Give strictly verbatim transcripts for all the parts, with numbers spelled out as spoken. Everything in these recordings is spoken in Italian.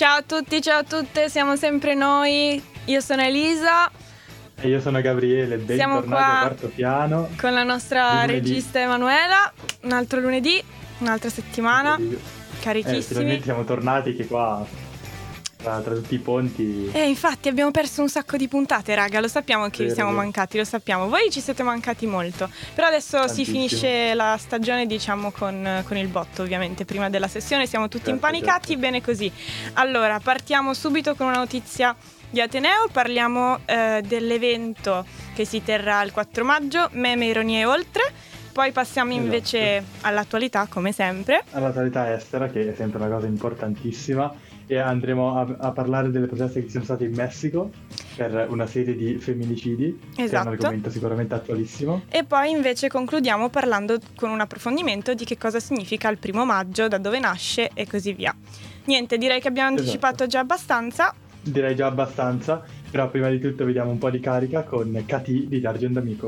Ciao a tutti, ciao a tutte, siamo sempre noi. Io sono Elisa. E io sono Gabriele, bentornati al quarto piano. Con la nostra regista Emanuela. Un altro lunedì, un'altra settimana. Carichissimi. Eh, finalmente siamo tornati che qua tra, tra tutti i ponti. E infatti abbiamo perso un sacco di puntate, raga. Lo sappiamo che vi siamo mancati, lo sappiamo. Voi ci siete mancati molto. Però adesso Tantissimo. si finisce la stagione, diciamo, con, con il botto, ovviamente. Prima della sessione siamo tutti certo, impanicati, certo. Bene così. Allora, partiamo subito con una notizia di Ateneo. Parliamo eh, dell'evento che si terrà il quattro maggio, Meme, Ironia e Oltre. Poi passiamo invece esatto. all'attualità, come sempre. All'attualità estera, che è sempre una cosa importantissima. E andremo a, a parlare delle proteste che ci sono state in Messico per una serie di femminicidi, esatto. che è un argomento sicuramente attualissimo. E poi invece concludiamo parlando con un approfondimento di che cosa significa il primo maggio, da dove nasce e così via. Niente, direi che abbiamo anticipato esatto. già abbastanza. Direi già abbastanza, però prima di tutto vediamo un po' di carica con K T di D'Argent Amico.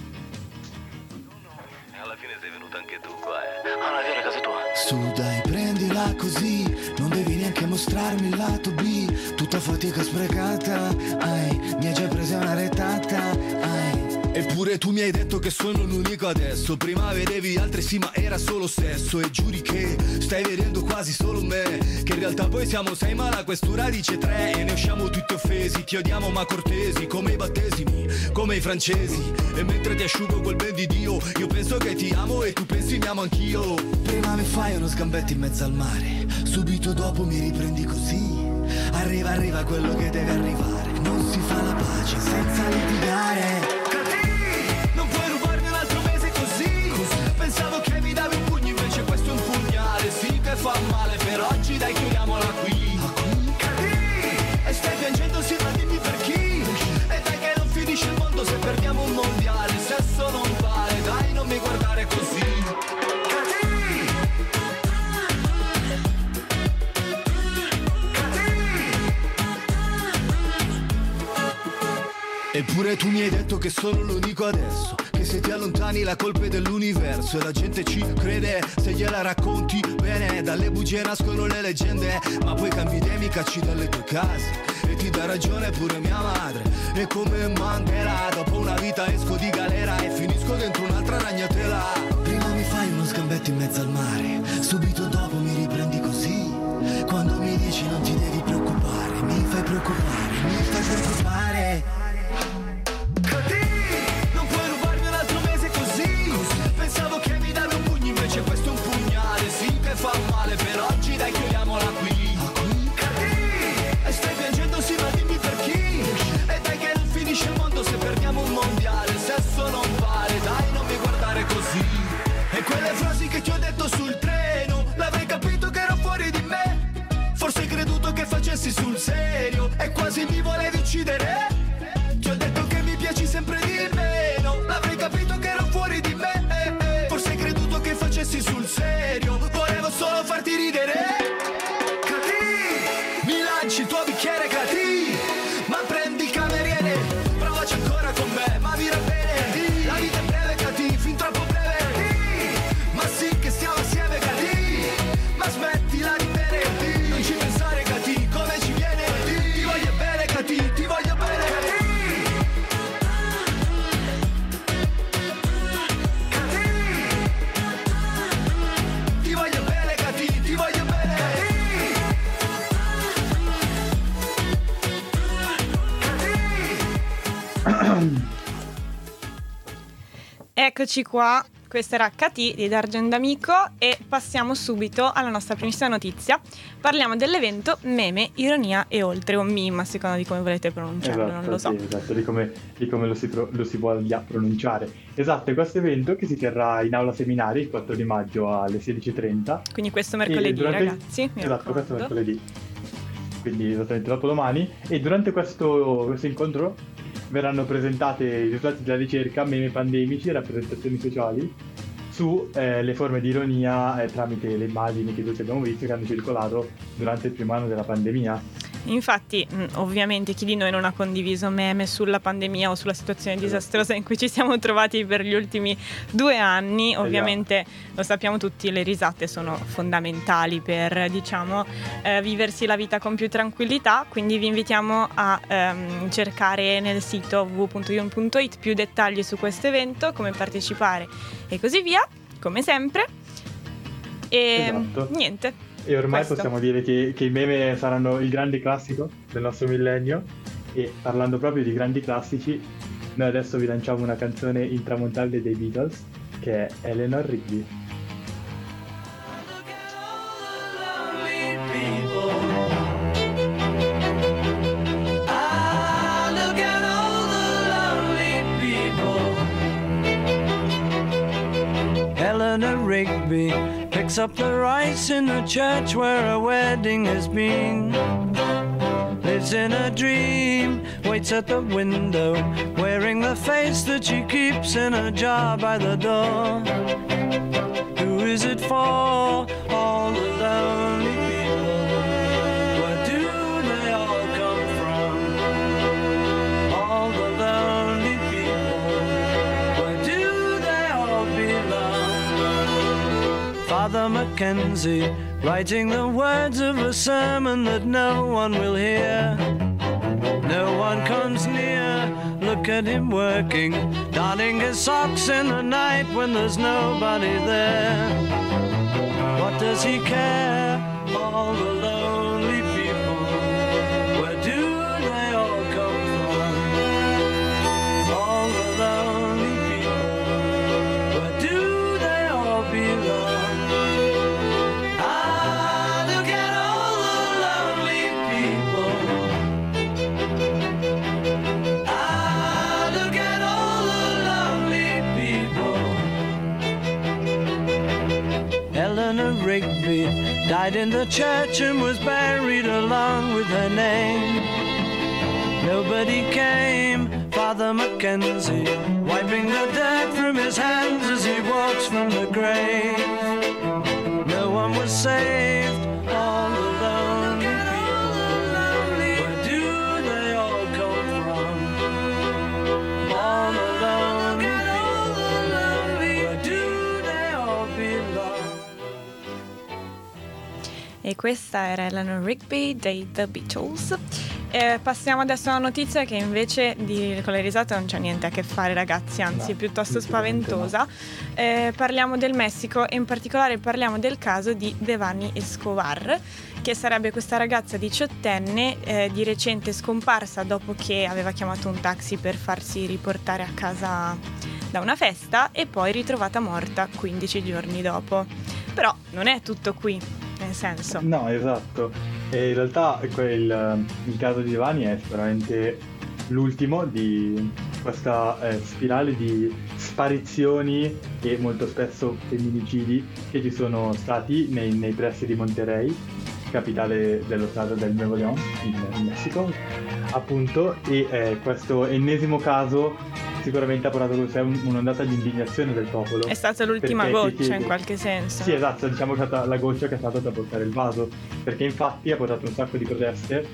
E alla fine sei venuta anche tu qua, eh? Ah, non è vero, casa tua. Su dai, prendila così, non devi neanche mostrarmi il lato B. Tutta fatica sprecata, ai, mi hai già presa una retata, ai. Eppure tu mi hai detto che sono l'unico adesso. Prima vedevi altri sì ma era solo sesso. E giuri che stai vedendo quasi solo me, che in realtà poi siamo sei ma la questura dice tre. E ne usciamo tutti offesi, ti odiamo ma cortesi, come i battesimi, come i francesi. E mentre ti asciugo quel ben di Dio, io penso che ti amo e tu pensi mi amo anch'io. Prima mi fai uno sgambetto in mezzo al mare, subito dopo mi riprendi così. Arriva, arriva quello che deve arrivare. Non si fa la pace senza litigare. Pensavo che mi davi un pugno, invece questo è un pugnale. Sì che fa male, per oggi dai chiudiamola qui. E stai piangendo, sì ma dimmi per chi. E dai che non finisce il mondo se perdiamo un mondiale. Il sesso non vale, dai non mi guardare così. Eppure tu mi hai detto che sono l'unico adesso, che se ti allontani la colpa è dell'universo. E la gente ci crede se gliela racconti bene. Dalle bugie nascono le leggende, ma poi cambi idee, mi cacci dalle tue case. E ti dà ragione pure mia madre. E come Mandela, dopo una vita esco di galera e finisco dentro un'altra ragnatela. Prima mi fai uno sgambetto in mezzo al mare, subito dopo mi riprendi così. Quando mi dici non ti devi preoccupare, mi fai preoccupare, mi fai preoccupare. Pensavo che mi davi un pugno, invece questo è un pugnale. Sì che fa male, per oggi dai chiudiamola qui. E stai piangendo, sì ma dimmi per chi. E dai che non finisce il mondo se perdiamo un mondiale. Il sesso non vale, dai non mi guardare così. E quelle frasi che ti ho detto sul treno, l'avrei capito che ero fuori di me. Forse hai creduto che facessi sul serio e quasi mi volevi uccidere. Ti ho detto che mi piaci sempre di meno, l'avrei capito che ero fuori di me. Facessi sul serio, volevo solo farti ridere. Catì, mi lanci il tuo bicchiere Catì, ma prendi il cameriere, provaci ancora con me, ma vira bene. La vita è breve Catì, fin troppo breve Catì, ma sì che stiamo assieme Catì, ma smettila di bere Catì, non ci pensare Catì, come ci viene Catì, ti voglio bene Catì, ti voglio bene Catì. Eccoci qua, questa era K T di D'Argent Amico e passiamo subito alla nostra primissima notizia. Parliamo dell'evento Meme, Ironia e Oltre, o meme a seconda di come volete pronunciarlo, esatto, non lo so. Sì, esatto, di come, di come lo, si pro, lo si voglia pronunciare. Esatto, è questo evento che si terrà in aula seminari il quattro di maggio alle sedici e trenta. Quindi questo mercoledì, ragazzi. Il... Esatto, questo mercoledì. Quindi esattamente dopodomani. E durante questo, questo incontro verranno presentate i risultati della ricerca meme pandemici e rappresentazioni sociali su eh, le forme di ironia eh, tramite le immagini che tutti abbiamo visto che hanno circolato durante il primo anno della pandemia. Infatti, mh, ovviamente chi di noi non ha condiviso meme sulla pandemia o sulla situazione disastrosa in cui ci siamo trovati per gli ultimi due anni. Ovviamente lo sappiamo tutti, le risate sono fondamentali per, diciamo, eh, viversi la vita con più tranquillità, quindi vi invitiamo a ehm, cercare nel sito w w w punto yulm punto it più dettagli su questo evento, come partecipare e così via, come sempre. E esatto. niente. E ormai Questo. possiamo dire che, che i meme saranno il grande classico del nostro millennio. E parlando proprio di grandi classici, noi adesso vi lanciamo una canzone intramontabile dei Beatles, che è Eleanor Rigby. Eleanor Rigby picks up the rice in the church where a wedding has been. Lives in a dream, waits at the window, wearing the face that she keeps in a jar by the door. Who is it for? All the lonely people. Where do they all come from? All the lonely people. Where do they all belong? Father Mackenzie, writing the words of a sermon that no one will hear. No one comes near, look at him working, darning his socks in the night when there's nobody there. What does he care? All the lonely people, where do they all come from? All the lonely people, where do they all belong? Eleanor Rigby died in the church and was buried along with her name. Nobody came, Father Mackenzie, wiping the dirt from his hands as he walks from the grave. No one was saved, all alone. Where do they all come from? All alone. Where do they all belong? E questa era Eleanor Rigby dei The Beatles. Eh, passiamo adesso a una notizia che invece di, con le risate non c'è niente a che fare, ragazzi, anzi No, è piuttosto sicuramente spaventosa. Eh, parliamo del Messico e in particolare parliamo del caso di Devani Escobar, che sarebbe questa ragazza diciottenne eh, di recente scomparsa dopo che aveva chiamato un taxi per farsi riportare a casa da una festa e poi ritrovata morta quindici giorni dopo. Però non è tutto qui, nel senso. No, esatto. E in realtà quel, il caso di Devani è sicuramente l'ultimo di questa eh, spirale di sparizioni e molto spesso femminicidi che ci sono stati nei, nei pressi di Monterrey, capitale dello stato del Nuevo León, in, in Messico, appunto, e eh, questo ennesimo caso sicuramente ha portato con sé un, un'ondata di indignazione del popolo. È stata l'ultima perché goccia chiede... in qualche senso. Sì, esatto, diciamo che è stata la goccia che è stata da portare il vaso, perché infatti ha portato un sacco di proteste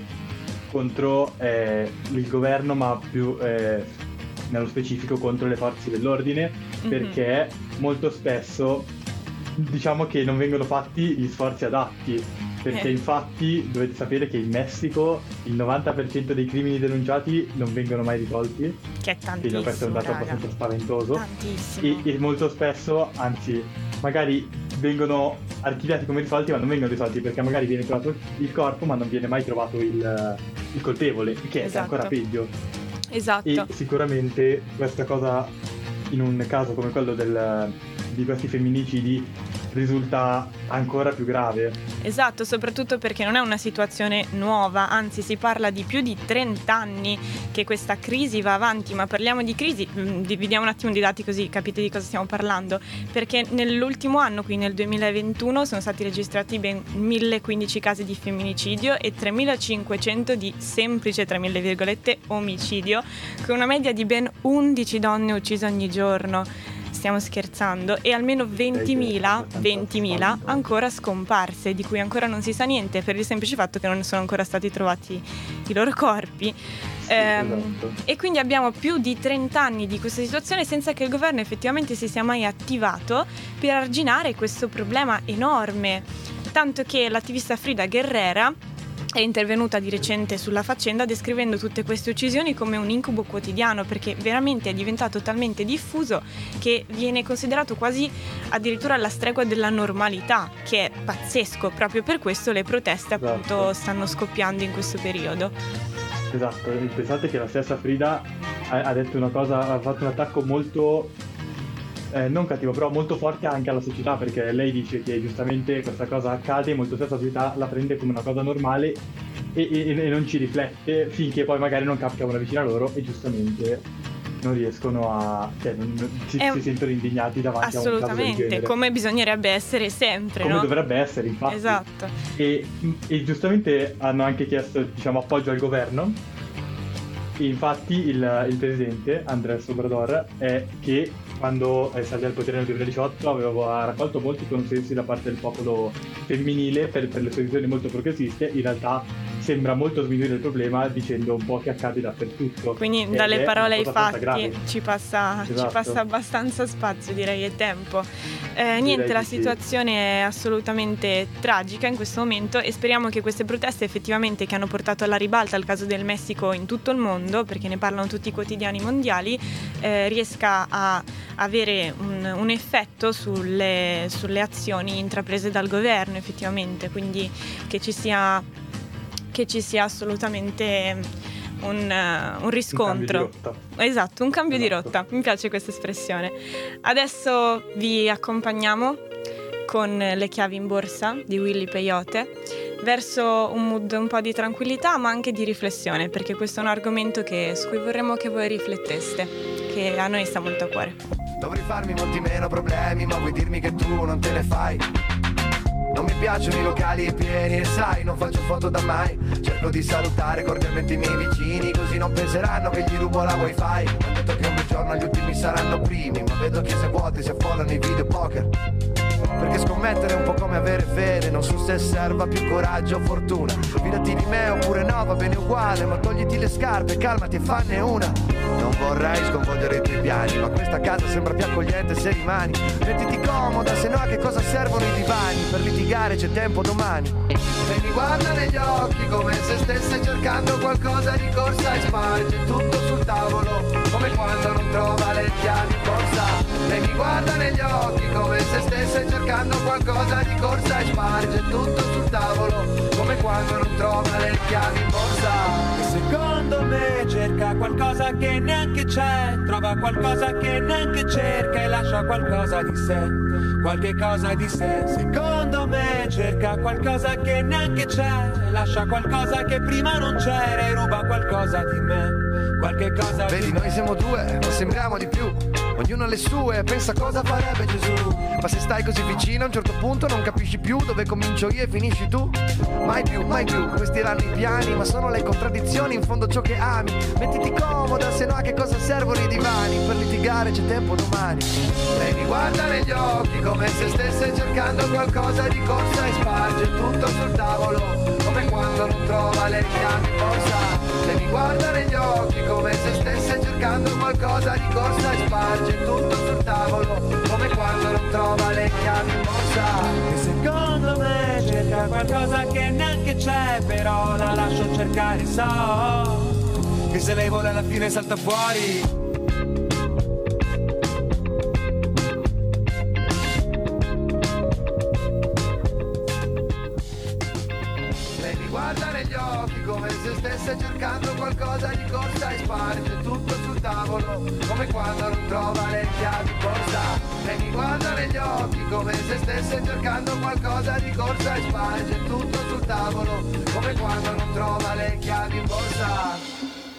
contro eh, il governo, ma più eh, nello specifico contro le forze dell'ordine, mm-hmm. perché molto spesso diciamo che non vengono fatti gli sforzi adatti. Perché eh. infatti dovete sapere che in Messico il novanta per cento dei crimini denunciati non vengono mai risolti. Che è tantissimo, quindi questo è un dato raga. abbastanza spaventoso. Tantissimo. E, e molto spesso, anzi, magari vengono archiviati come risolti, ma non vengono risolti perché magari viene trovato il corpo, ma non viene mai trovato il, il colpevole, che esatto. è ancora peggio. Esatto. E sicuramente questa cosa, in un caso come quello del, di questi femminicidi, risulta ancora più grave. Esatto, soprattutto perché non è una situazione nuova, anzi si parla di più di trenta anni che questa crisi va avanti, ma parliamo di crisi, dividiamo un attimo di dati così capite di cosa stiamo parlando, perché nell'ultimo anno, qui nel duemilaventuno, sono stati registrati ben mille quindici casi di femminicidio e tremilacinquecento di semplice, tra mille virgolette, omicidio, con una media di ben undici donne uccise ogni giorno. stiamo scherzando, e almeno ventimila, ventimila ancora scomparse, di cui ancora non si sa niente, per il semplice fatto che non sono ancora stati trovati i loro corpi. Sì, ehm, esatto. E quindi abbiamo più di trenta anni di questa situazione senza che il governo effettivamente si sia mai attivato per arginare questo problema enorme, tanto che l'attivista Frida Guerrera è intervenuta di recente sulla faccenda descrivendo tutte queste uccisioni come un incubo quotidiano, perché veramente è diventato talmente diffuso che viene considerato quasi addirittura alla stregua della normalità, che è pazzesco. Proprio per questo le proteste appunto Esatto. stanno scoppiando in questo periodo. Esatto, pensate che la stessa Frida ha, ha detto una cosa, ha fatto un attacco molto, eh, non cattivo, però molto forte anche alla società, perché lei dice che giustamente questa cosa accade e molto spesso la società la prende come una cosa normale e, e, e non ci riflette finché poi magari non capita una vicina a loro e giustamente non riescono a... cioè non, non- si, È un- si sentono indignati davanti a un caso del Assolutamente, genere. come bisognerebbe essere sempre, Come no? dovrebbe essere, infatti. Esatto. E, e giustamente hanno anche chiesto, diciamo, appoggio al governo. E infatti il, il presidente Andrés Obrador è che quando è salito al potere nel duemiladiciotto aveva ha raccolto molti consensi da parte del popolo femminile per, per le sue visioni molto progressiste. In realtà sembra molto sminuire il problema dicendo un po' che accade dappertutto. Quindi Ed dalle è parole ai una cosa abbastanza fatti grave. ci passa, ci Esatto. passa abbastanza spazio, direi, e tempo. Eh, Direi niente, la di sì. situazione è assolutamente tragica in questo momento e speriamo che queste proteste effettivamente, che hanno portato alla ribalta il caso del Messico in tutto il mondo, perché ne parlano tutti i quotidiani mondiali, eh, riesca a avere un, un effetto sulle, sulle azioni intraprese dal governo effettivamente, quindi che ci sia che ci sia assolutamente un, uh, un riscontro. Un cambio di rotta. Esatto, un cambio Esatto. di rotta. Mi piace questa espressione. Adesso vi accompagniamo con Le chiavi in borsa di Willy Peyote verso un mood un po' di tranquillità ma anche di riflessione, perché questo è un argomento che, su cui vorremmo che voi rifletteste, che a noi sta molto a cuore. Dovrei farmi molti meno problemi, ma vuoi dirmi che tu non te ne fai? Non mi piacciono i locali pieni e sai, non faccio foto da mai. Cerco di salutare cordialmente i miei vicini, così non penseranno che gli rubo la wifi. Ho detto che un bel giorno gli ultimi saranno primi, ma vedo chiese vuote si affollano i video poker. Perché scommettere è un po' come avere fede, non so se serva più coraggio o fortuna. Fidati di me oppure no, va bene uguale, ma togliti le scarpe, calmati e fanne una. Non vorrei sconvolgere i tuoi piani, ma questa casa sembra più accogliente se rimani. Mettiti comoda, se no a che cosa servono i divani? Per litigare c'è tempo domani. E mi guarda negli occhi come se stesse cercando qualcosa di corsa e sparge tutto sul tavolo, come quando non trova le chiavi in borsa. E mi guarda negli occhi come se stesse cercando qualcosa di corsa e sparge tutto sul tavolo, come quando non trova le chiavi in borsa. Secondo me cerca qualcosa che neanche c'è, trova qualcosa che neanche cerca e lascia qualcosa di sé, qualche cosa di sé. Secondo me cerca qualcosa che neanche c'è, lascia qualcosa che prima non c'era e ruba qualcosa di me, qualche cosa di Vedi, me. noi siamo due, ma sembriamo di più. Ognuno ha le sue, pensa cosa farebbe Gesù. Ma se stai così vicino a un certo punto non capisci più dove comincio io e finisci tu. Mai più, mai più, questi erano i piani, ma sono le contraddizioni in fondo ciò che ami. Mettiti comoda, se no a che cosa servono i divani? Per litigare c'è tempo domani. Lei mi guarda negli occhi come se stesse cercando qualcosa di corsa e sparge tutto sul tavolo, come quando non trova le chiavi in borsa. Lei mi guarda negli occhi come se stesse cercando qualcosa di corsa e sparge tutto sul tavolo, come quando non trova le chiavi in borsa. E secondo me cerca qualcosa che neanche c'è, però la lascio cercare, so che se lei vuole alla fine salta fuori. Lei mi guarda negli occhi come se stesse cercando qualcosa di corsa e sparge tutto sul tavolo, come quando non trova le chiavi in borsa. Lei mi guarda negli occhi come se stesse cercando qualcosa di corsa e sparge tutto sul tavolo, come quando non trova le chiavi in borsa.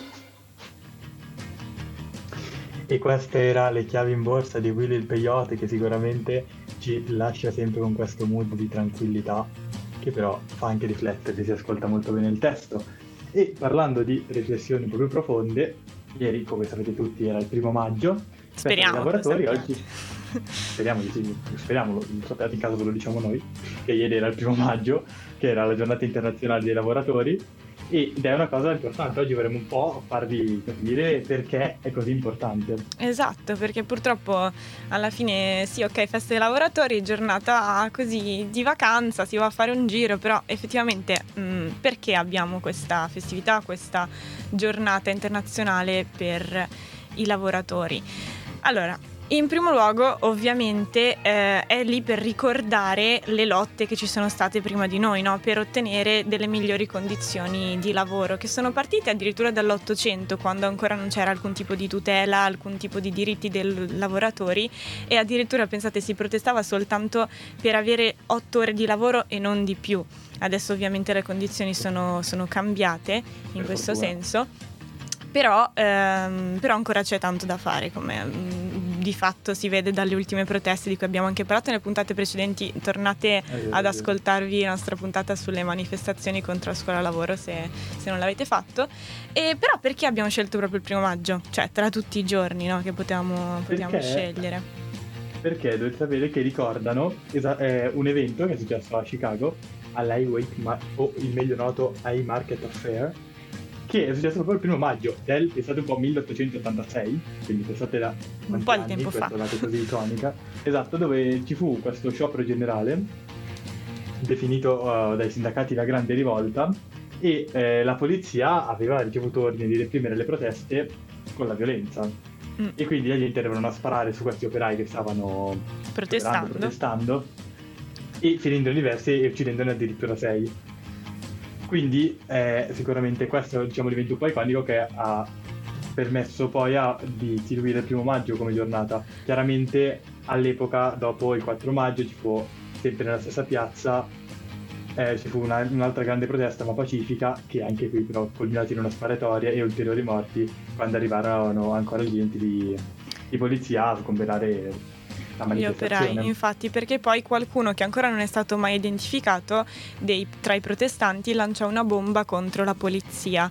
E questa era Le chiavi in borsa di Willy il Peyote, che sicuramente ci lascia sempre con questo mood di tranquillità, che però fa anche riflettere, si ascolta molto bene il testo. E parlando di riflessioni un po' più profonde, ieri, come sapete tutti, era il primo maggio Speriamo. I lavoratori oggi, speriamo di sì, speriamo, non sapete, in caso ve lo diciamo noi, che ieri era il primo maggio, che era la giornata internazionale dei lavoratori, ed è una cosa importante. Oggi vorremmo un po' farvi capire perché è così importante. Esatto, perché purtroppo alla fine sì, ok, festa dei lavoratori, giornata così di vacanza, si va a fare un giro, però effettivamente mh, perché abbiamo questa festività, questa giornata internazionale per i lavoratori? Allora, in primo luogo, ovviamente, eh, è lì per ricordare le lotte che ci sono state prima di noi, no? Per ottenere delle migliori condizioni di lavoro, che sono partite addirittura dall'Ottocento, quando ancora non c'era alcun tipo di tutela, alcun tipo di diritti dei lavoratori, e addirittura, pensate, si protestava soltanto per avere otto ore di lavoro e non di più. Adesso ovviamente le condizioni sono, sono cambiate in Per questo fortuna. senso, però, ehm, però ancora c'è tanto da fare, come mh, di fatto si vede dalle ultime proteste di cui abbiamo anche parlato nelle puntate precedenti. Tornate Eh, ad eh, ascoltarvi la nostra puntata sulle manifestazioni contro la scuola lavoro se, se non l'avete fatto. E però perché abbiamo scelto proprio il primo maggio? Cioè tra tutti i giorni, no, che potevamo, potevamo Perché? scegliere. Perché dovete sapere che ricordano esa- eh, un evento che è successo a Chicago, all'Highway Ma- o il meglio noto High Market Affair, che è successo proprio il primo maggio del, pensate un po', milleottocentottantasei, quindi pensate da Un quanti po' di anni, tempo fa. questa data così iconica, esatto, dove ci fu questo sciopero generale definito uh, dai sindacati la grande rivolta, e eh, la polizia aveva ricevuto ordine di reprimere le proteste con la violenza. Mm. E quindi gli agenti arrivano a sparare su questi operai che stavano Protestando. protestando e ferendone diversi e uccidendone addirittura sei. Quindi eh, sicuramente questo è, diciamo, l'evento un po' iconico che ha permesso poi a, di istituire il primo maggio come giornata. Chiaramente all'epoca, dopo il quattro maggio, ci fu sempre nella stessa piazza, eh, ci fu una, un'altra grande protesta ma pacifica, che anche qui però culminata in una sparatoria e ulteriori morti quando arrivarono ancora gli agenti di, di polizia a sgomberare la Gli manifestazione. operai, infatti, perché poi qualcuno che ancora non è stato mai identificato dei, tra i protestanti lanciò una bomba contro la polizia.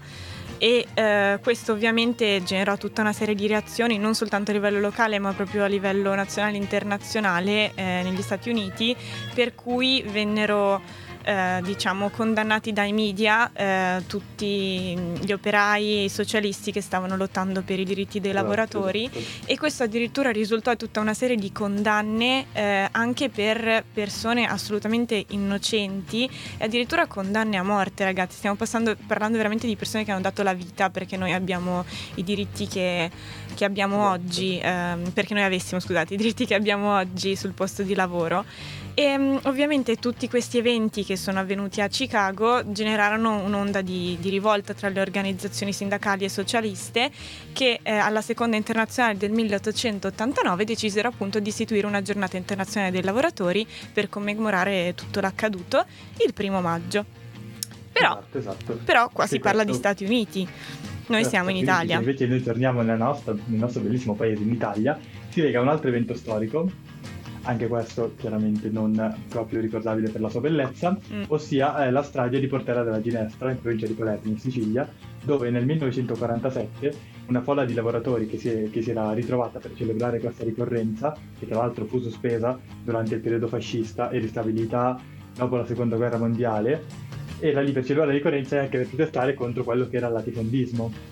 E eh, questo ovviamente generò tutta una serie di reazioni, non soltanto a livello locale ma proprio a livello nazionale e internazionale eh, negli Stati Uniti, per cui vennero eh, diciamo condannati dai media eh, tutti gli operai e i socialisti che stavano lottando per i diritti dei Esatto, lavoratori, esatto. e questo addirittura risultò tutta una serie di condanne eh, anche per persone assolutamente innocenti, e addirittura condanne a morte, ragazzi. Stiamo passando, parlando veramente di persone che hanno dato la vita perché noi abbiamo i diritti che, che abbiamo oggi, ehm, perché noi avessimo, scusate, i diritti che abbiamo oggi sul posto di lavoro. E um, ovviamente tutti questi eventi che sono avvenuti a Chicago generarono un'onda di, di rivolta tra le organizzazioni sindacali e socialiste, che eh, alla seconda internazionale del milleottocentottantanove decisero appunto di istituire una giornata internazionale dei lavoratori per commemorare tutto l'accaduto il primo maggio. Però, Esatto, esatto. però qua Sì, si parla di questo- Stati Uniti, noi Certo, siamo in quindi Italia. Invece noi torniamo nella nostra- nel nostro bellissimo paese, in Italia. Si lega a un altro evento storico, anche questo chiaramente non proprio ricordabile per la sua bellezza, Mm. ossia eh, la strage di Portella della Ginestra, in provincia di Palermo, in Sicilia, dove nel millenovecentoquarantasette una folla di lavoratori che si, è- che si era ritrovata per celebrare questa ricorrenza, che tra l'altro fu sospesa durante il periodo fascista e ristabilita dopo la seconda guerra mondiale, era lì per celebrare la ricorrenza e anche per protestare contro quello che era il latifondismo.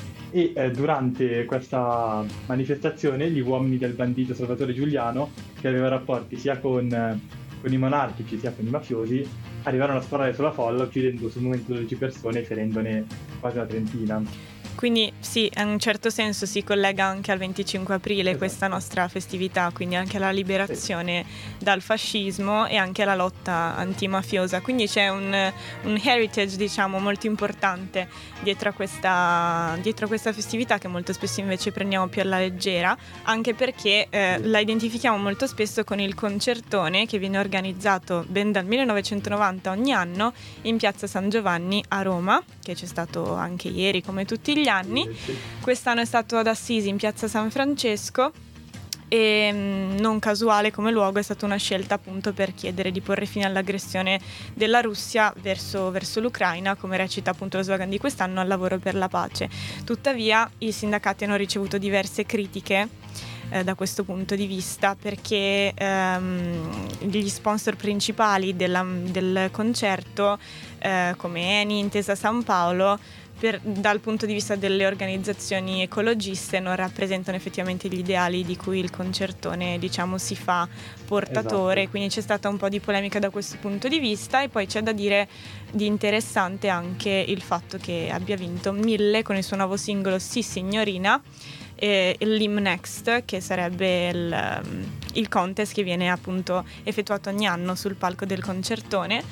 E eh, durante questa manifestazione gli uomini del bandito Salvatore Giuliano, che aveva rapporti sia con, eh, con i monarchici sia con i mafiosi, arrivarono a sparare sulla folla, uccidendo sul momento dodici persone e ferendone quasi una trentina. Quindi sì, in un certo senso si collega anche al venticinque aprile, Esatto. questa nostra festività, quindi anche alla liberazione dal fascismo e anche alla lotta antimafiosa. Quindi c'è un, un heritage, diciamo, molto importante dietro a, questa, dietro a questa festività, che molto spesso invece prendiamo più alla leggera, anche perché eh, la identifichiamo molto spesso con il concertone che viene organizzato ben dal millenovecentonovanta ogni anno in piazza San Giovanni a Roma, che c'è stato anche ieri come tutti gli anni. Quest'anno è stato ad Assisi in piazza San Francesco, e mh, non casuale come luogo, è stata una scelta appunto per chiedere di porre fine all'aggressione della Russia verso, verso l'Ucraina, come recita appunto lo slogan di quest'anno, al lavoro per la pace. Tuttavia i sindacati hanno ricevuto diverse critiche eh, da questo punto di vista, perché ehm, gli sponsor principali della, del concerto, eh, come Eni, Intesa San Paolo, Per, dal punto di vista delle organizzazioni ecologiste non rappresentano effettivamente gli ideali di cui il concertone, diciamo, si fa portatore, esatto. Quindi c'è stata un po' di polemica da questo punto di vista. E poi c'è da dire di interessante anche il fatto che abbia vinto Mille con il suo nuovo singolo Sì Signorina, e il Lim Next, che sarebbe il, il contest che viene appunto effettuato ogni anno sul palco del concertone.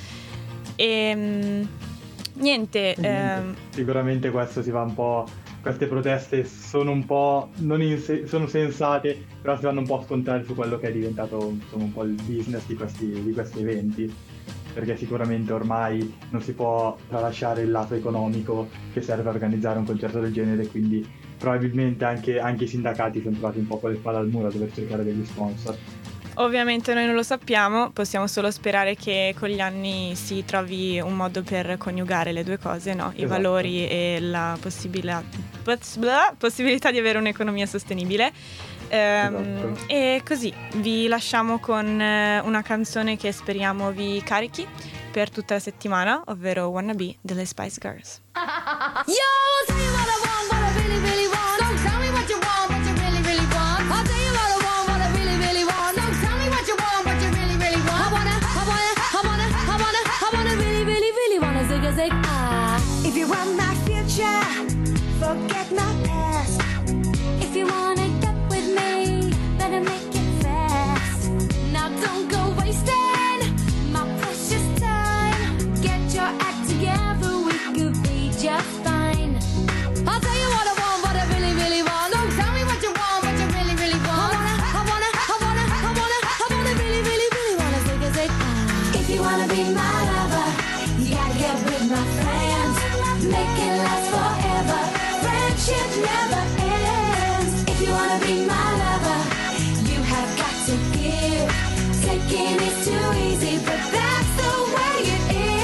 E Niente, niente. Ehm... Sicuramente questo si va un po'. Queste proteste sono un po' non inse- sono sensate, però si vanno un po' a scontare su quello che è diventato, insomma, un po' il business di questi, di questi eventi. Perché sicuramente ormai non si può tralasciare il lato economico che serve a organizzare un concerto del genere, quindi probabilmente anche, anche i sindacati sono trovati un po' con le spalle al muro a dover cercare degli sponsor. Ovviamente noi non lo sappiamo, possiamo solo sperare che con gli anni si trovi un modo per coniugare le due cose, no? I Esatto. valori e la possibilità, poss- possibilità di avere un'economia sostenibile. Ehm, Esatto. E così vi lasciamo con eh, una canzone che speriamo vi carichi per tutta la settimana, ovvero Wannabe delle Spice Girls. Yo, I'll tell you what I want, what I really, really want. Don't tell me what you want, what you really, really want. I'll tell you what I want, what I really, really want. Don't tell me what you want, what you really, really want. I wanna, I wanna, I wanna, I wanna, I wanna really, really, really wanna zig a zig ah. If you want my future, forget my past. If you wanna get with me, better make it fast. Now don't go wasting my precious time. Get your act together, we could be just fine. I'll tell you what I want, what I really, really want. Don't tell me what you want, what you really, really want. I wanna, I wanna, I wanna, I wanna, I wanna really, really, really wanna zig a zig ah. If you wanna be my lover, you gotta get with my friends. Make it last forever. Friendship never ends. If you wanna be my lover, you have got to give. Taking is too easy, but that's the way it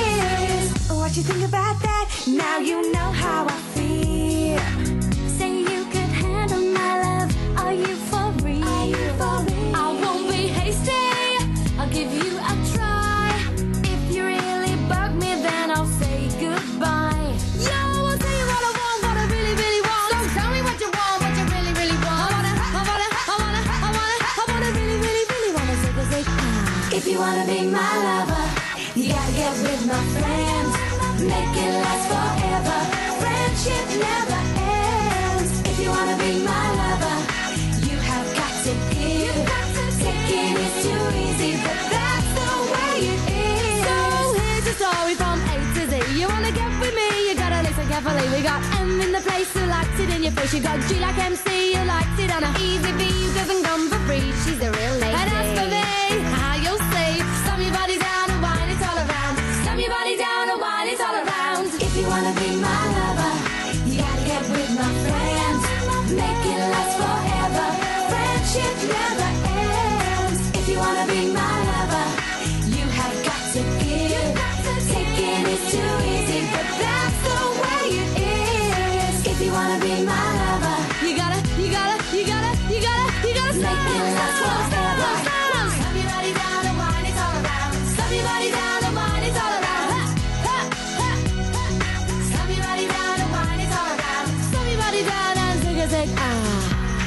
is. What you think about that? Now you know how I feel. Say you could handle my love. Are you for real? Are you for real? I won't be hasty. I'll give you a try. If you really bug me, then I'll say goodbye. Yo, I'll tell you what I want, what I really, really want. Don't tell me what you want, what you really, really want. I wanna, I wanna, I wanna, I wanna, I wanna really, really, really wanna zig a zig ah. If you wanna be my lover, you gotta get with my friends. Make it last forever. Friendship never ends. If you wanna be my lover, you have got to give. Taking is too easy, but that's the way it is. So here's a story from A to Z. You wanna get with me, you gotta listen carefully. We got M in the place who likes it in your face. You got G like M C, who likes it on a easy V, who doesn't come for free. She's a real lady. And as for me, how you'll see, slam your body down and wine it all around. Slam your body down and wine it all around. If you wanna be my lover, you gotta get with my friends. Make it last forever. Friendship never ends. If you wanna be my lover, you have got to give. Taking is too easy, but that's the way it is. If you wanna be my lover, You gotta, you gotta, you gotta, you gotta, you gotta make it last forever. Slam your body down and wine it all around. Slam your body down and wine it all around. Ha, ha, ha, ha. Slam your body down and wine it all around. Slam your body down and zig a zig ah.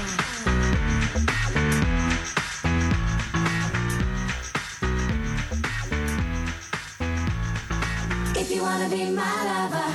If you wanna be my lover.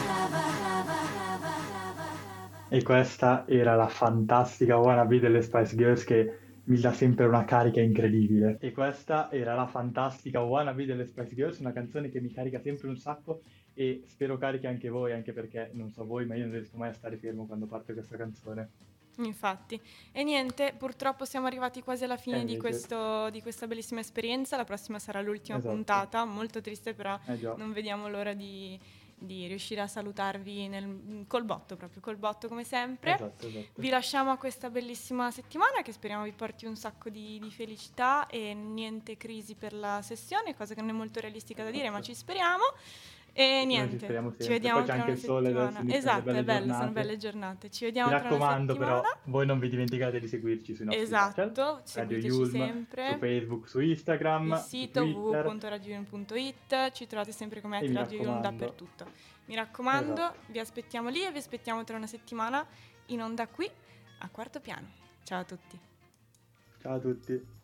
E questa era la fantastica Wannabe delle Spice Girls, che mi dà sempre una carica incredibile. E questa era la fantastica Wannabe delle Spice Girls, una canzone che mi carica sempre un sacco e spero carichi anche voi, anche perché non so voi, ma io non riesco mai a stare fermo quando parte questa canzone. Infatti. E niente, purtroppo siamo arrivati quasi alla fine Eh, di, invece. questo, di questa bellissima esperienza. La prossima sarà l'ultima Esatto. puntata, molto triste, però Eh già. non vediamo l'ora di, di riuscire a salutarvi nel- col botto, proprio col botto come sempre. Esatto, esatto. Vi lasciamo a questa bellissima settimana che speriamo vi porti un sacco di, di felicità e niente crisi per la sessione, cosa che non è molto realistica da dire, ma ci speriamo. E Noi ci niente, speriamo sempre. ci vediamo Poi c'è tra anche una il sole adesso, settimana. iniziano Esatto, le è belle bello, sono giornate. belle giornate. Ci vediamo Mi tra una raccomando settimana. però, voi non vi dimenticate di seguirci sui nostri Esatto, social, Radio seguiteci Yulm, sempre. su Facebook, su Instagram, Il su sito w w w Twitter. punto radio yulm punto it, ci trovate sempre come E mi Radio Yulm raccomando. dappertutto. Mi raccomando, Esatto. vi aspettiamo lì e vi aspettiamo tra una settimana in onda qui a Quarto Piano. Ciao a tutti. Ciao a tutti.